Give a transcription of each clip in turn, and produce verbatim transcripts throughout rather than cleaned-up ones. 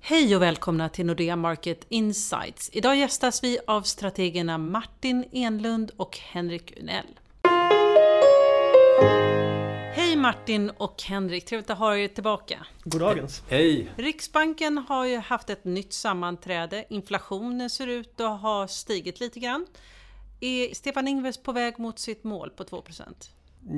Hej och välkomna till Nordea Market Insights. Idag gästas vi av strategerna Martin Enlund och Henrik Unell. Hej Martin och Henrik, trevligt att ha er tillbaka. God dagens. Hej. Riksbanken har ju haft ett nytt sammanträde. Inflationen ser ut att ha stigit lite grann. Är Stefan Ingves på väg mot sitt mål på två procent?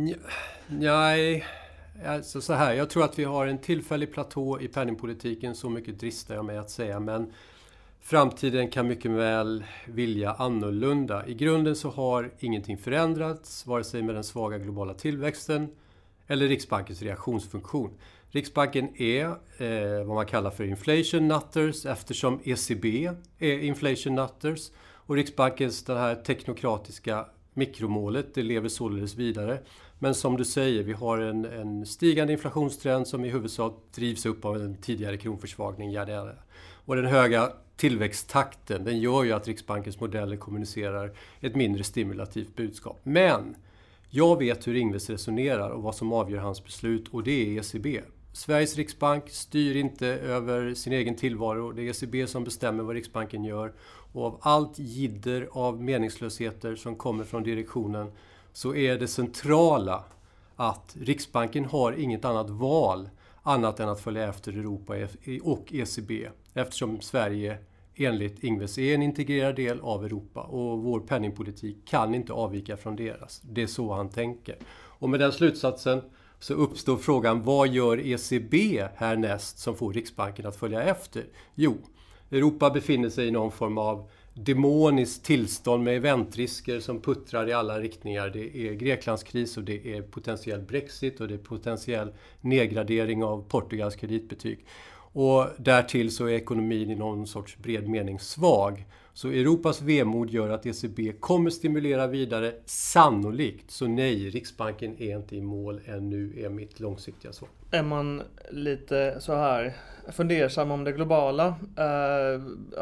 Nej, alltså så här. Jag tror att vi har en tillfällig platå i penningpolitiken, så mycket dristar jag mig att säga. Men framtiden kan mycket väl vilja annorlunda. I grunden så har ingenting förändrats, vare sig med den svaga globala tillväxten eller Riksbankens reaktionsfunktion. Riksbanken är eh, vad man kallar för inflation nutters, eftersom E C B är inflation nutters. Och Riksbankens det här teknokratiska mikromålet, det lever således vidare. Men som du säger, vi har en, en stigande inflationstrend som i huvudsak drivs upp av en tidigare kronförsvagning. Ja, det är det. Och den höga tillväxttakten, den gör ju att Riksbankens modeller kommunicerar ett mindre stimulativt budskap. Men jag vet hur Ingves resonerar och vad som avgör hans beslut, och det är E C B. Sveriges riksbank styr inte över sin egen tillvaro. Det är E C B som bestämmer vad Riksbanken gör. Och av allt jidder av meningslösheter som kommer från direktionen så är det centrala att Riksbanken har inget annat val annat än att följa efter Europa och E C B. Eftersom Sverige enligt Ingves är en integrerad del av Europa och vår penningpolitik kan inte avvika från deras. Det är så han tänker. Och med den slutsatsen så uppstår frågan, vad gör E C B härnäst som får Riksbanken att följa efter? Jo, Europa befinner sig i någon form av demoniskt tillstånd med eventrisker som puttrar i alla riktningar. Det är Greklandskris och det är potentiell Brexit och det är potentiell nedgradering av Portugals kreditbetyg. Och därtill så är ekonomin i någon sorts bred mening svag. Så Europas vemod gör att E C B kommer stimulera vidare, sannolikt. Så nej, Riksbanken är inte i mål ännu, är mitt långsiktiga svar. Är man lite så här fundersam om det globala eh,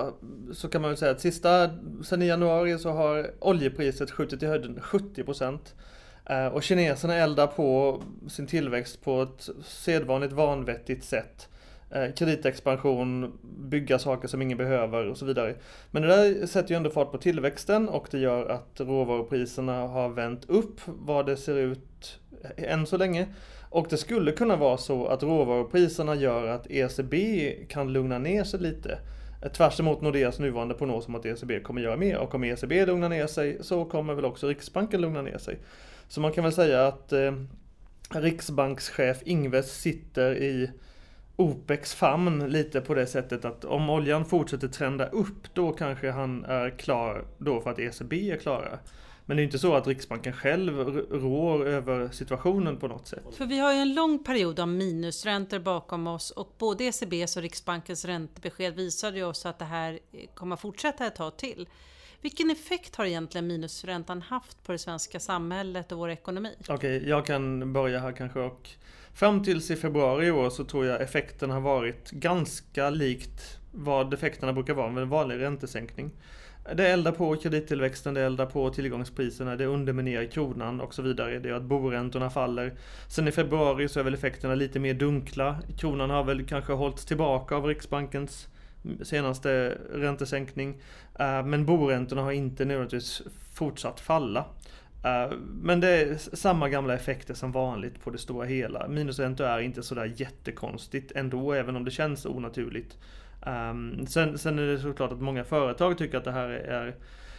så kan man väl säga att sista, sen i januari så har oljepriset skjutit i höjden sjuttio procent. Eh, och kineserna eldar på sin tillväxt på ett sedvanligt vanvettigt sätt. Kreditexpansion, bygga saker som ingen behöver och så vidare. Men det där sätter ju ändå fart på tillväxten och det gör att råvarupriserna har vänt upp vad det ser ut än så länge. Och det skulle kunna vara så att råvarupriserna gör att E C B kan lugna ner sig lite. Tvärs emot Nordeas nuvarande prognos om att E C B kommer göra mer. Och om E C B lugnar ner sig så kommer väl också Riksbanken lugna ner sig. Så man kan väl säga att eh, Riksbankschef Ingves sitter i OPECs famn lite på det sättet att om oljan fortsätter trenda upp, då kanske han är klar då för att E C B är klara. Men det är inte så att Riksbanken själv rår över situationen på något sätt. För vi har ju en lång period av minusräntor bakom oss och både E C B:s och Riksbankens räntebesked visade ju oss att det här kommer fortsätta ett tag till. Vilken effekt har egentligen minusräntan haft på det svenska samhället och vår ekonomi? Okej, okay, jag kan börja här kanske. Och fram tills i februari i år så tror jag effekten har varit ganska likt vad effekterna brukar vara med en vanlig räntesänkning. Det eldar på kredittillväxten, det eldar på tillgångspriserna, det underminerar kronan och så vidare. Det gör att boräntorna faller. Sen i februari så är väl effekterna lite mer dunkla. Kronan har väl kanske hållits tillbaka av Riksbankens senaste räntesänkning. Men boräntorna har inte nödvändigtvis fortsatt falla. Men det är samma gamla effekter som vanligt på det stora hela. Minusräntor är inte sådär jättekonstigt ändå, även om det känns onaturligt. Um, sen, sen är det såklart att många företag tycker att det här är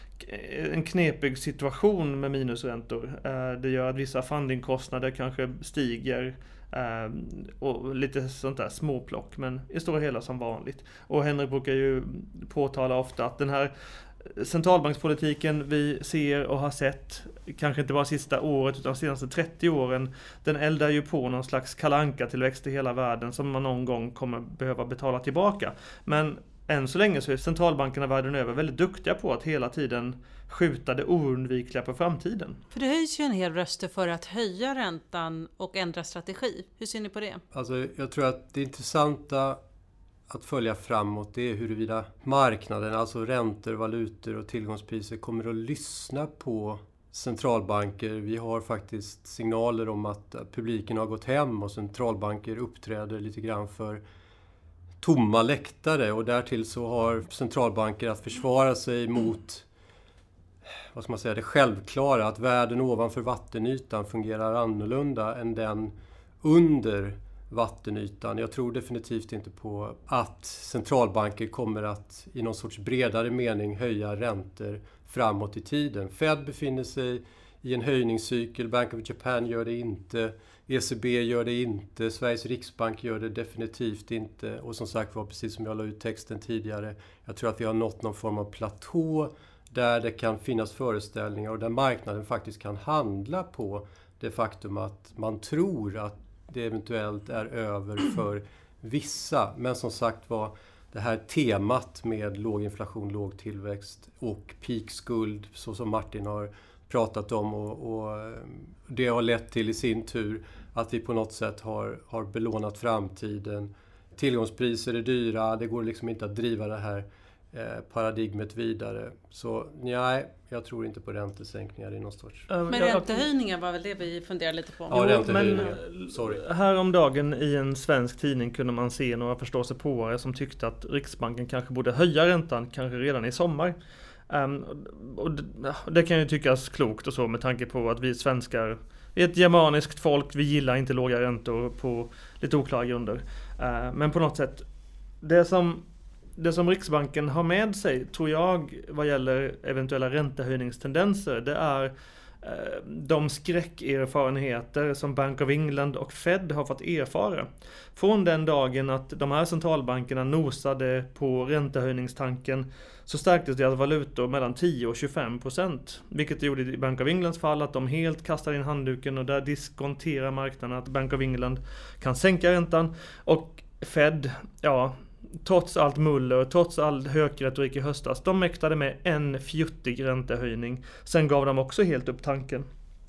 en knepig situation med minusräntor. Uh, det gör att vissa fundingkostnader kanske stiger uh, och lite sånt där småplock, men i stora hela som vanligt. Och Henrik brukar ju påtala ofta att den här centralbankspolitiken vi ser och har sett, kanske inte bara sista året utan de senaste trettio åren, den eldar ju på någon slags kalanka-tillväxt i hela världen som man någon gång kommer behöva betala tillbaka. Men än så länge så är centralbankerna världen över väldigt duktiga på att hela tiden skjuta det oundvikliga på framtiden. För det höjs ju en hel röster för att höja räntan och ändra strategi. Hur ser ni på det? Alltså, jag tror att det intressanta att följa framåt, det är huruvida marknaden, alltså räntor, valutor och tillgångspriser kommer att lyssna på centralbanker. Vi har faktiskt signaler om att publiken har gått hem och centralbanker uppträder lite grann för tomma läktare, och därtill så har centralbanker att försvara sig mot, vad ska man säga, det självklara att världen ovanför vattenytan fungerar annorlunda än den under vattenytan. Jag tror definitivt inte på att centralbanker kommer att i någon sorts bredare mening höja räntor framåt i tiden. Fed befinner sig i en höjningscykel, Bank of Japan gör det inte, E C B gör det inte, Sveriges riksbank gör det definitivt inte. Och som sagt var, precis som jag la ut texten tidigare, jag tror att vi har nått någon form av platå där det kan finnas föreställningar och där marknaden faktiskt kan handla på det faktum att man tror att det eventuellt är över för vissa. Men som sagt var, det här temat med låg inflation, låg tillväxt och peakskuld, så som Martin har pratat om, och, och det har lett till i sin tur att vi på något sätt har, har belånat framtiden. Tillgångspriser är dyra, det går liksom inte att driva det här eh, paradigmet vidare. Så nej, jag tror inte på räntesänkningar i någon sorts... Men räntehöjningar var väl det vi funderade lite på? Ja, räntehöjningar. Sorry. Häromdagen i en svensk tidning kunde man se några förståsigpåare som tyckte att Riksbanken kanske borde höja räntan kanske redan i sommar. Um, och det, det kan ju tyckas klokt och så, med tanke på att vi svenskar är ett germaniskt folk, vi gillar inte låga räntor på lite oklara grunder. Uh, men på något sätt, det som, det som Riksbanken har med sig, tror jag, vad gäller eventuella räntehöjningstendenser, det är uh, de skräckerfarenheter som Bank of England och Fed har fått erfara. Från den dagen att de här centralbankerna nosade på räntehöjningstanken, så stärktes deras valutor mellan tio och tjugofem procent. Vilket gjorde i Bank of Englands fall att de helt kastar in handduken, och där diskonterar marknaden att Bank of England kan sänka räntan. Och Fed, ja, trots allt muller, trots all högretorik i höstas, de mäktade med en fjuttig räntehöjning. Sen gav de också helt upp tanken.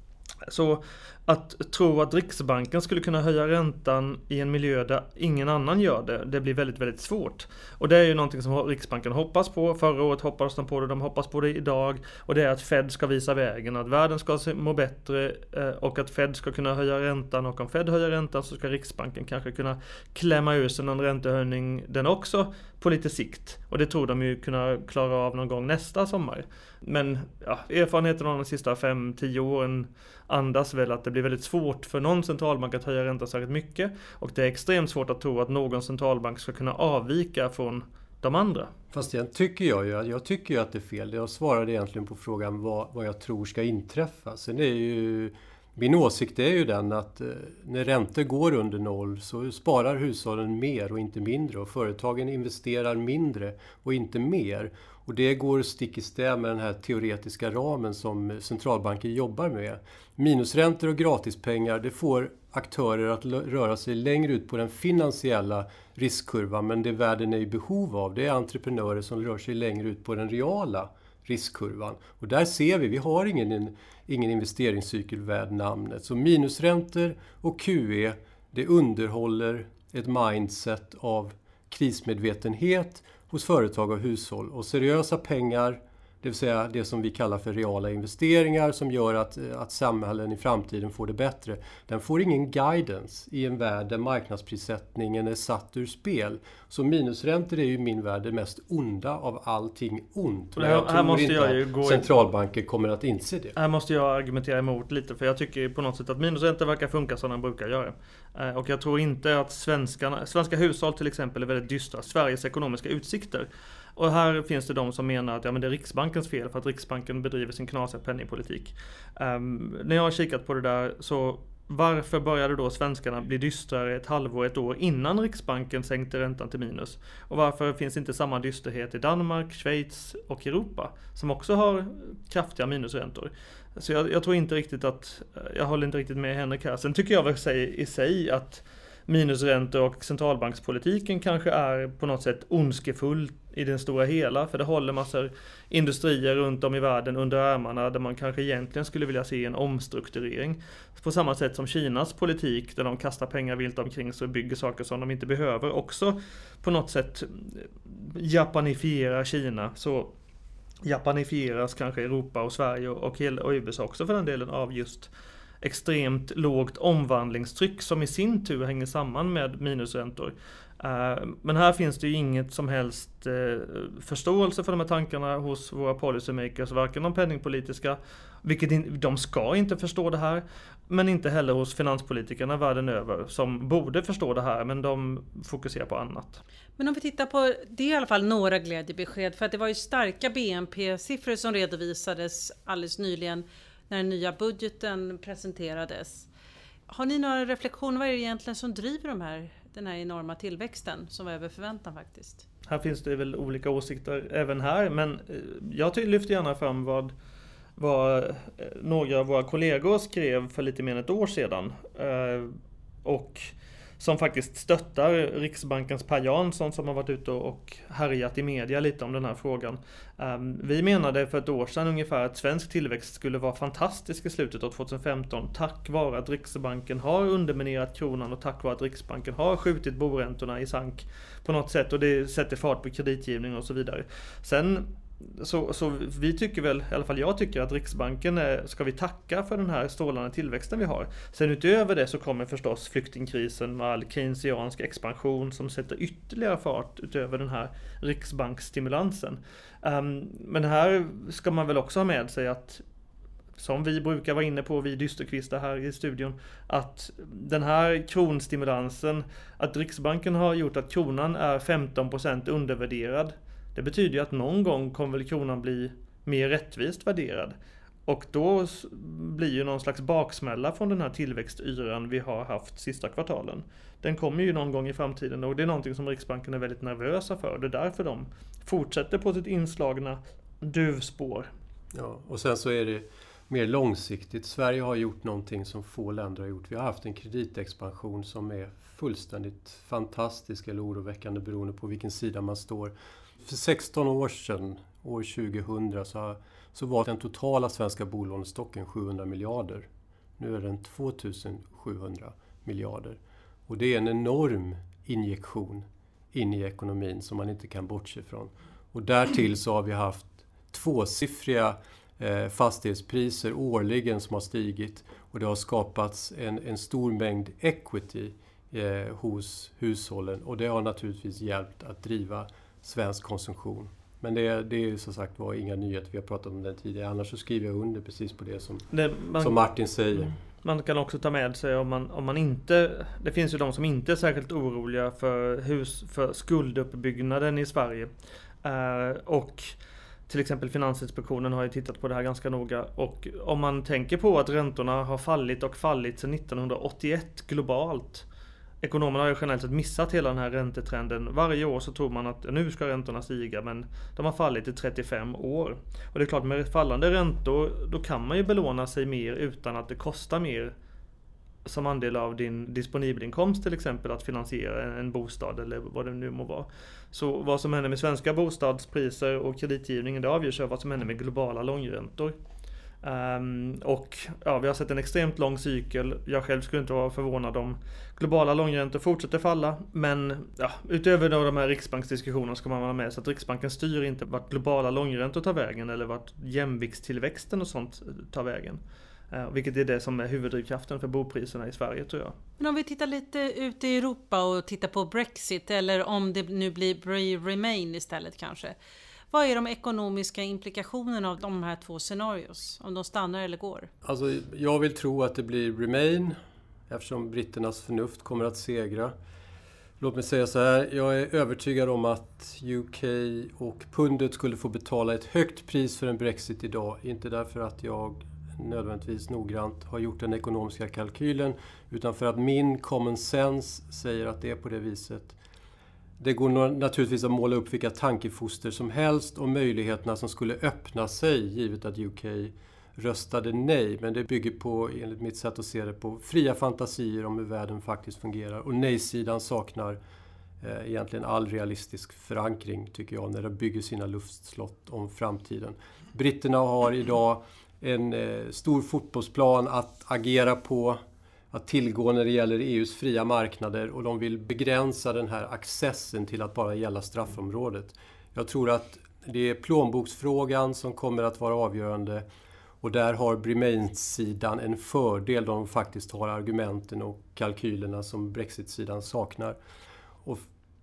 Så att tro att Riksbanken skulle kunna höja räntan i en miljö där ingen annan gör det, det blir väldigt, väldigt svårt. Och det är ju någonting som Riksbanken hoppas på. Förra året hoppades de på det, de hoppas på det idag. Och det är att Fed ska visa vägen, att världen ska må bättre och att Fed ska kunna höja räntan. Och om Fed höjer räntan så ska Riksbanken kanske kunna klämma ur sig någon räntehöjning den också på lite sikt. Och det tror de ju kunna klara av någon gång nästa sommar. Men ja, erfarenheten av de sista fem till tio åren andas väl att det blir väldigt svårt för någon centralbank att höja räntan särskilt mycket. Och det är extremt svårt att tro att någon centralbank ska kunna avvika från de andra. Fast jag tycker jag ju, jag tycker ju att det är fel. Jag svarade egentligen på frågan vad, vad jag tror ska inträffa. Sen är ju, min åsikt är ju den att när räntor går under noll så sparar hushållen mer och inte mindre. Och företagen investerar mindre och inte mer. Och det går stick i stäv med den här teoretiska ramen som centralbanker jobbar med. Minusräntor och gratispengar, det får aktörer att röra sig längre ut på den finansiella riskkurvan. Men det världen är i behov av, det är entreprenörer som rör sig längre ut på den reala riskkurvan. Och där ser vi, vi har ingen, ingen investeringscykel värd namnet. Så minusräntor och Q E, det underhåller ett mindset av krismedvetenhet hos företag och hushåll. Och seriösa pengar, det vill säga det som vi kallar för reala investeringar som gör att, att samhällen i framtiden får det bättre. Den får ingen guidance i en värld där marknadsprissättningen är satt ur spel. Så minusräntor är ju i min värld det mest onda av allting ont. Men jag tror måste inte jag att gå centralbanker kommer att inse det. Här måste jag argumentera emot lite, för jag tycker på något sätt att minusräntor verkar funka som de brukar göra. Och jag tror inte att svenskarna, svenska hushåll till exempel är väldigt dystra. Sveriges ekonomiska utsikter. Och här finns det de som menar att ja, men det är Riksbankens fel för att Riksbanken bedriver sin knasiga penningpolitik. Um, när jag har kikat på det där, så varför började då svenskarna bli dystrare ett halvår, ett år innan Riksbanken sänkte räntan till minus? Och varför finns inte samma dysterhet i Danmark, Schweiz och Europa som också har kraftiga minusräntor? Så jag, jag tror inte riktigt att, jag håller inte riktigt med Henrik här. Sen tycker jag väl säga i sig att minusräntor och centralbankspolitiken kanske är på något sätt ondskefull i den stora hela, för det håller massor industrier runt om i världen under armarna där man kanske egentligen skulle vilja se en omstrukturering. På samma sätt som Kinas politik, där de kastar pengar vilt omkring sig och bygger saker som de inte behöver, också på något sätt japanifierar Kina. Så japanifieras kanske Europa och Sverige och, hela, och U S A också för den delen av just extremt lågt omvandlingstryck som i sin tur hänger samman med minusräntor. Men här finns det ju inget som helst förståelse för de här tankarna hos våra policymakers, varken de penningpolitiska, vilket de ska inte förstå det här, men inte heller hos finanspolitikerna världen över som borde förstå det här, men de fokuserar på annat. Men om vi tittar på, det är i alla fall några glädjebesked, för att det var ju starka B N P-siffror som redovisades alldeles nyligen när den nya budgeten presenterades. Har ni några reflektioner, vad är det egentligen som driver de här, den här enorma tillväxten som var över förväntan faktiskt? Här finns det väl olika åsikter även här, men jag lyfter gärna fram vad, vad några av våra kollegor skrev för lite mer än ett år sedan. Och som faktiskt stöttar Riksbankens Per Jansson som har varit ute och härjat i media lite om den här frågan. Vi menade för ett år sedan ungefär att svensk tillväxt skulle vara fantastisk i slutet av tjugohundrafemton tack vare att Riksbanken har underminerat kronan och tack vare att Riksbanken har skjutit boräntorna i sank på något sätt och det sätter fart på kreditgivning och så vidare. Sen Så, så vi tycker väl, i alla fall jag tycker att Riksbanken är, ska vi tacka för den här strålande tillväxten vi har. Sen utöver det så kommer förstås flyktingkrisen med all keynesiansk expansion som sätter ytterligare fart utöver den här riksbanksstimulansen. Um, men här ska man väl också ha med sig att, som vi brukar vara inne på, vi dysterkvistar här i studion, att den här kronstimulansen, att Riksbanken har gjort att kronan är femton procent undervärderad. Det betyder ju att någon gång kommer väl kronan bli mer rättvist värderad. Och då blir ju någon slags baksmälla från den här tillväxtyran vi har haft sista kvartalen. Den kommer ju någon gång i framtiden och det är någonting som Riksbanken är väldigt nervösa för. Det är därför de fortsätter på sitt inslagna duvspår. Ja, och sen så är det mer långsiktigt. Sverige har gjort någonting som få länder har gjort. Vi har haft en kreditexpansion som är fullständigt fantastisk eller oroväckande beroende på vilken sida man står. För sexton år sedan, år tjugohundra, så, så var den totala svenska bolånestocken sjuhundra miljarder. Nu är den tvåtusen sjuhundra miljarder. Och det är en enorm injektion in i ekonomin som man inte kan bortse från. Och därtill så har vi haft tvåsiffriga eh, fastighetspriser årligen som har stigit. Och det har skapats en, en stor mängd equity eh, hos hushållen. Och det har naturligtvis hjälpt att driva svensk konsumtion. Men det, det är som sagt var inga nyheter, vi har pratat om det tidigare. Annars så skriver jag under precis på det som, det, man, som Martin säger. Man kan också ta med sig om man, om man inte... Det finns ju de som inte är särskilt oroliga för, hus, för skulduppbyggnaden i Sverige. Uh, och till exempel Finansinspektionen har ju tittat på det här ganska noga. Och om man tänker på att räntorna har fallit och fallit sedan nittonhundraåttioett globalt. Ekonomerna har ju generellt sett missat hela den här räntetrenden. Varje år så tror man att nu ska räntorna stiga, men de har fallit i trettiofem år. Och det är klart, med fallande räntor då kan man ju belåna sig mer utan att det kostar mer som andel av din disponibelinkomst till exempel att finansiera en bostad eller vad det nu må vara. Så vad som händer med svenska bostadspriser och kreditgivningen, det avgörs av vad som händer med globala långräntor. Um, och ja, vi har sett en extremt lång cykel. Jag själv skulle inte vara förvånad om globala långräntor fortsätter falla. Men ja, utöver då de här riksbanksdiskussionerna ska man vara med så att Riksbanken styr inte vart globala långräntor tar vägen eller vart jämviktstillväxten och sånt tar vägen. Uh, vilket är det som är huvuddrivkraften för bopriserna i Sverige, tror jag. Men om vi tittar lite ut i Europa och tittar på Brexit, eller om det nu blir Remain istället kanske. Vad är de ekonomiska implikationerna av de här två scenarios? Om de stannar eller går? Alltså, jag vill tro att det blir Remain eftersom britternas förnuft kommer att segra. Låt mig säga så här. Jag är övertygad om att U K och pundet skulle få betala ett högt pris för en Brexit idag. Inte därför att jag nödvändigtvis noggrant har gjort den ekonomiska kalkylen, utan för att min common sense säger att det är på det viset. Det går naturligtvis att måla upp vilka tankefoster som helst om möjligheterna som skulle öppna sig givet att U K röstade nej. Men det bygger på, enligt mitt sätt att se det, på fria fantasier om hur världen faktiskt fungerar. Och nej-sidan saknar eh, egentligen all realistisk förankring, tycker jag, när de bygger sina luftslott om framtiden. Britterna har idag en eh, stor fotbollsplan att agera på, att tillgå när det gäller E U:s fria marknader, och de vill begränsa den här accessen till att bara gälla straffområdet. Jag tror att det är plånboksfrågan som kommer att vara avgörande, och där har Remain-sidan en fördel då de faktiskt har argumenten och kalkylerna som Brexit-sidan saknar. Och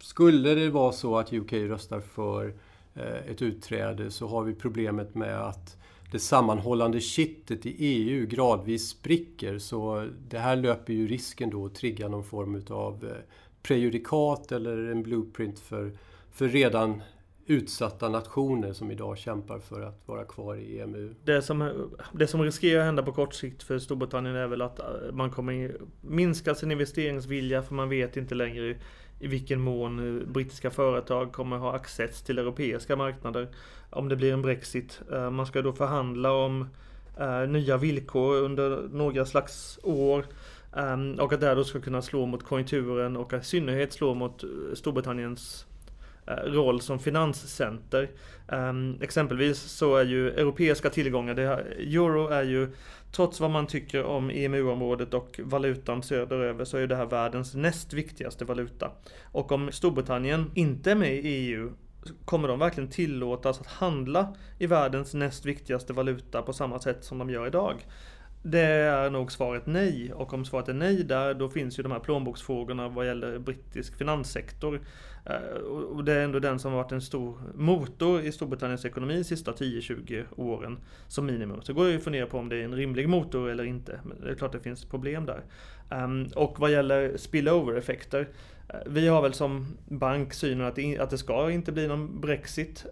skulle det vara så att U K röstar för eh, ett utträde så har vi problemet med att det sammanhållande kittet i E U gradvis spricker. Så det här löper ju risken då att trigga någon form av eh, prejudikat eller en blueprint för, för redan utsatta nationer som idag kämpar för att vara kvar i E M U. Det som, det som riskerar att hända på kort sikt för Storbritannien är väl att man kommer minska sin investeringsvilja, för man vet inte längre i vilken mån brittiska företag kommer ha access till europeiska marknader om det blir en Brexit. Man ska då förhandla om nya villkor under några slags år, och att det då ska kunna slå mot konjunkturen och i synnerhet slå mot Storbritanniens roll som finanscenter. Um, exempelvis så är ju europeiska tillgångar, det här, euro är ju, trots vad man tycker om E M U-området och valutan söderöver, så är det här världens näst viktigaste valuta. Och om Storbritannien inte är med i E U, kommer de verkligen tillåtas att handla i världens näst viktigaste valuta på samma sätt som de gör idag? Det är nog svaret nej, och om svaret är nej där, då finns ju de här plånboksfrågorna vad gäller brittisk finanssektor, och det är ändå den som har varit en stor motor i Storbritanniens ekonomi de sista tio till tjugo åren som minimum. Så går det ju att fundera på om det är en rimlig motor eller inte, men det är klart det finns problem där. Och vad gäller spillover-effekter, vi har väl som bank synen att det, att det ska inte bli någon Brexit.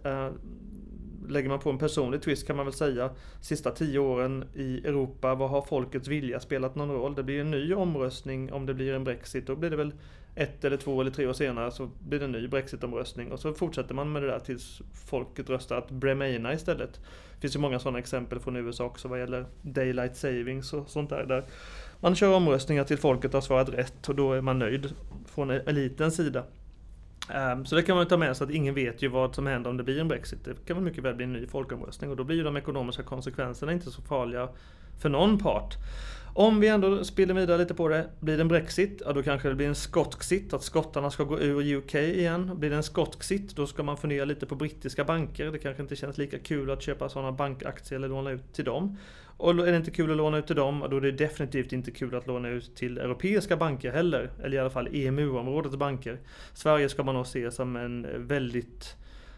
Lägger man på en personlig twist kan man väl säga, sista tio åren i Europa, vad har folkets vilja spelat någon roll? Det blir en ny omröstning om det blir en Brexit, då blir det väl ett eller två eller tre år senare så blir det en ny Brexit-omröstning, och så fortsätter man med det där tills folket röstar att Remaina istället. Det finns ju många sådana exempel från U S A också vad gäller daylight savings och sånt där, där man kör omröstningar till folket har svarat rätt, och då är man nöjd från elitens sida. Um, så det kan man ta med sig, att ingen vet ju vad som händer om det blir en Brexit. Det kan väl mycket väl bli en ny folkomröstning, och då blir ju de ekonomiska konsekvenserna inte så farliga för någon part. Om vi ändå spiller vidare lite på det, blir det en Brexit, ja då kanske det blir en skotxit, att skottarna ska gå ur U K igen. Blir det en skotxit, då ska man fundera lite på brittiska banker. Det kanske inte känns lika kul att köpa sådana bankaktier eller låna ut till dem. Och är det inte kul att låna ut till dem, då är det definitivt inte kul att låna ut till europeiska banker heller. Eller i alla fall E M U-områdets banker. Sverige ska man nog se som en väldigt...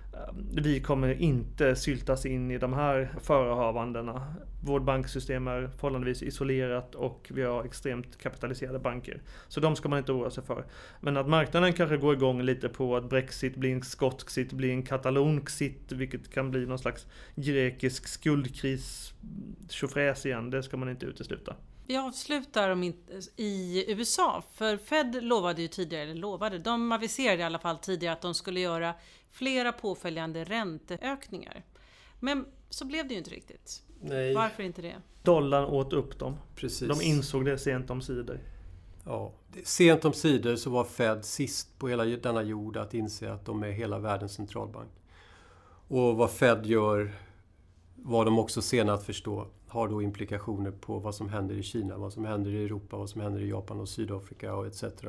Vi kommer inte syltas in i de här förehavandena. Vårt banksystem är förhållandevis isolerat och vi har extremt kapitaliserade banker. Så de ska man inte oroa sig för. Men att marknaden kanske går igång lite på att Brexit blir en skotxit, blir en katalonxit, vilket kan bli någon slags grekisk skuldkris tjofräs igen, det ska man inte utesluta. Vi avslutar om inte, i U S A, för Fed lovade ju tidigare, eller lovade, de aviserade i alla fall tidigare att de skulle göra flera påföljande ränteökningar. Men så blev det ju inte riktigt. Nej. Varför inte det? Dollarn åt upp dem. Precis. De insåg det sent om sidor. Ja, sent om sidor så var Fed sist på hela denna jord att inse att de är hela världens centralbank. Och vad Fed gör var de också sena att förstå, har då implikationer på vad som händer i Kina, vad som händer i Europa, vad som händer i Japan och Sydafrika och et cetera.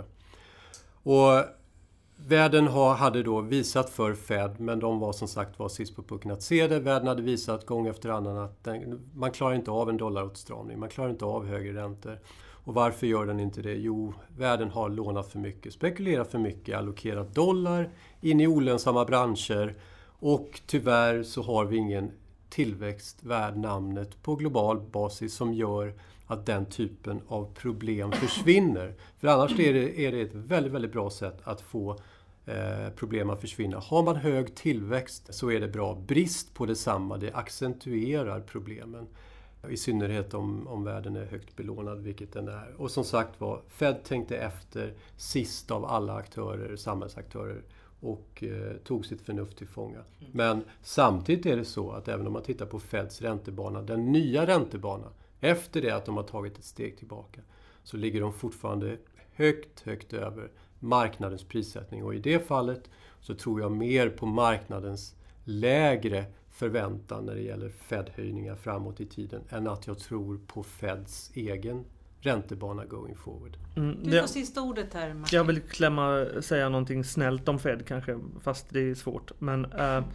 Och världen hade då visat för Fed, men de var som sagt var sist på pucken att se det. Världen hade visat gång efter annan att den, man klarar inte av en dollaråtstramning, man klarar inte av högre räntor. Och varför gör den inte det? Jo, världen har lånat för mycket, spekulerat för mycket, allokerat dollar in i olönsamma branscher, och tyvärr så har vi ingen tillväxt värd namnet på global basis som gör att den typen av problem försvinner. För annars är det, är det ett väldigt, väldigt bra sätt att få eh, problem att försvinna. Har man hög tillväxt så är det bra. Brist på detsamma, det accentuerar problemen. I synnerhet om, om världen är högt belånad, vilket den är. Och som sagt var, Fed tänkte efter sist av alla aktörer, samhällsaktörer, och eh, tog sitt förnuft till fånga. Mm. Men samtidigt är det så att även om man tittar på Feds räntebana, den nya räntebana, efter det att de har tagit ett steg tillbaka, så ligger de fortfarande högt, högt över marknadens prissättning. Och i det fallet så tror jag mer på marknadens lägre förväntan när det gäller Fed-höjningar framåt i tiden än att jag tror på Feds egen räntebana going forward. Mm, du får sista ordet här, Martin. Jag vill klämma, säga någonting snällt om Fed kanske, fast det är svårt. Men äh,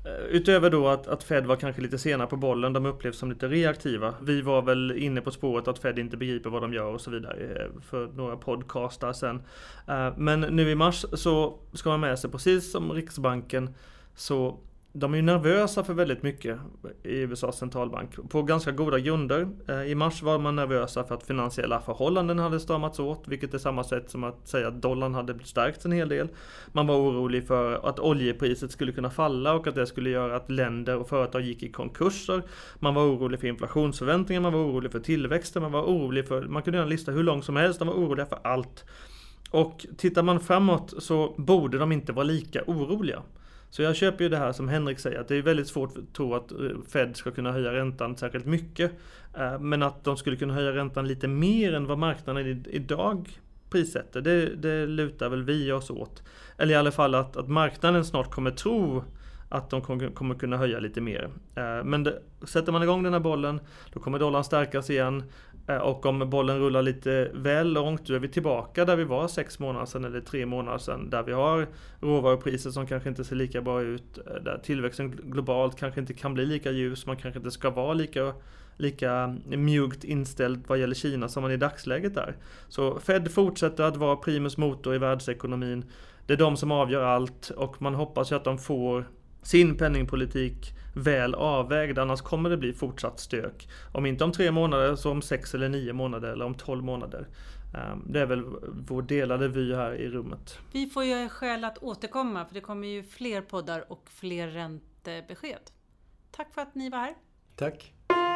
Utöver då att, att Fed var kanske lite sena på bollen, de upplevs som lite reaktiva. Vi var väl inne på spåret att Fed inte begriper vad de gör och så vidare för några podcastar sen. Men nu i mars så ska man med sig, precis som Riksbanken, så de är ju nervösa för väldigt mycket i U S A:s centralbank. På ganska goda grunder. I mars var man nervösa för att finansiella förhållanden hade stramats åt, vilket är samma sätt som att säga att dollarn hade stärkts en hel del. Man var orolig för att oljepriset skulle kunna falla och att det skulle göra att länder och företag gick i konkurser. Man var orolig för inflationsförväntningar, man var orolig för tillväxten, man var orolig för, man kunde göra en lista hur lång som helst, de var oroliga för allt. Och tittar man framåt så borde de inte vara lika oroliga. Så jag köper ju det här som Henrik säger, att det är väldigt svårt att tro att Fed ska kunna höja räntan särskilt mycket. Men att de skulle kunna höja räntan lite mer än vad marknaden idag prissätter, det, det lutar väl vi oss åt. Eller i alla fall att, att marknaden snart kommer tro att de kommer kunna höja lite mer. Men det, sätter man igång den här bollen, då kommer dollarn stärkas igen. Och om bollen rullar lite väl långt, då är vi tillbaka där vi var sex månader sedan eller tre månader sedan. Där vi har råvarupriser som kanske inte ser lika bra ut. Där tillväxten globalt kanske inte kan bli lika ljus. Man kanske inte ska vara lika, lika mjukt inställd vad gäller Kina som man i dagsläget är. Så Fed fortsätter att vara primus motor i världsekonomin. Det är de som avgör allt och man hoppas ju att de får sin penningpolitik väl avvägd, annars kommer det bli fortsatt stök. Om inte om tre månader så om sex eller nio månader eller om tolv månader. Det är väl vår delade vy här i rummet. Vi får ju skäl att återkomma för det kommer ju fler poddar och fler räntebesked. Tack för att ni var här. Tack.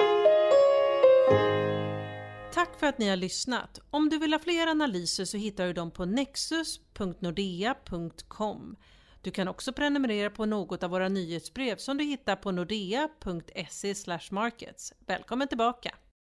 Tack för att ni har lyssnat. Om du vill ha fler analyser så hittar du dem på nexus punkt nordea punkt com. Du kan också prenumerera på något av våra nyhetsbrev som du hittar på nordea punkt se slash markets. Välkommen tillbaka!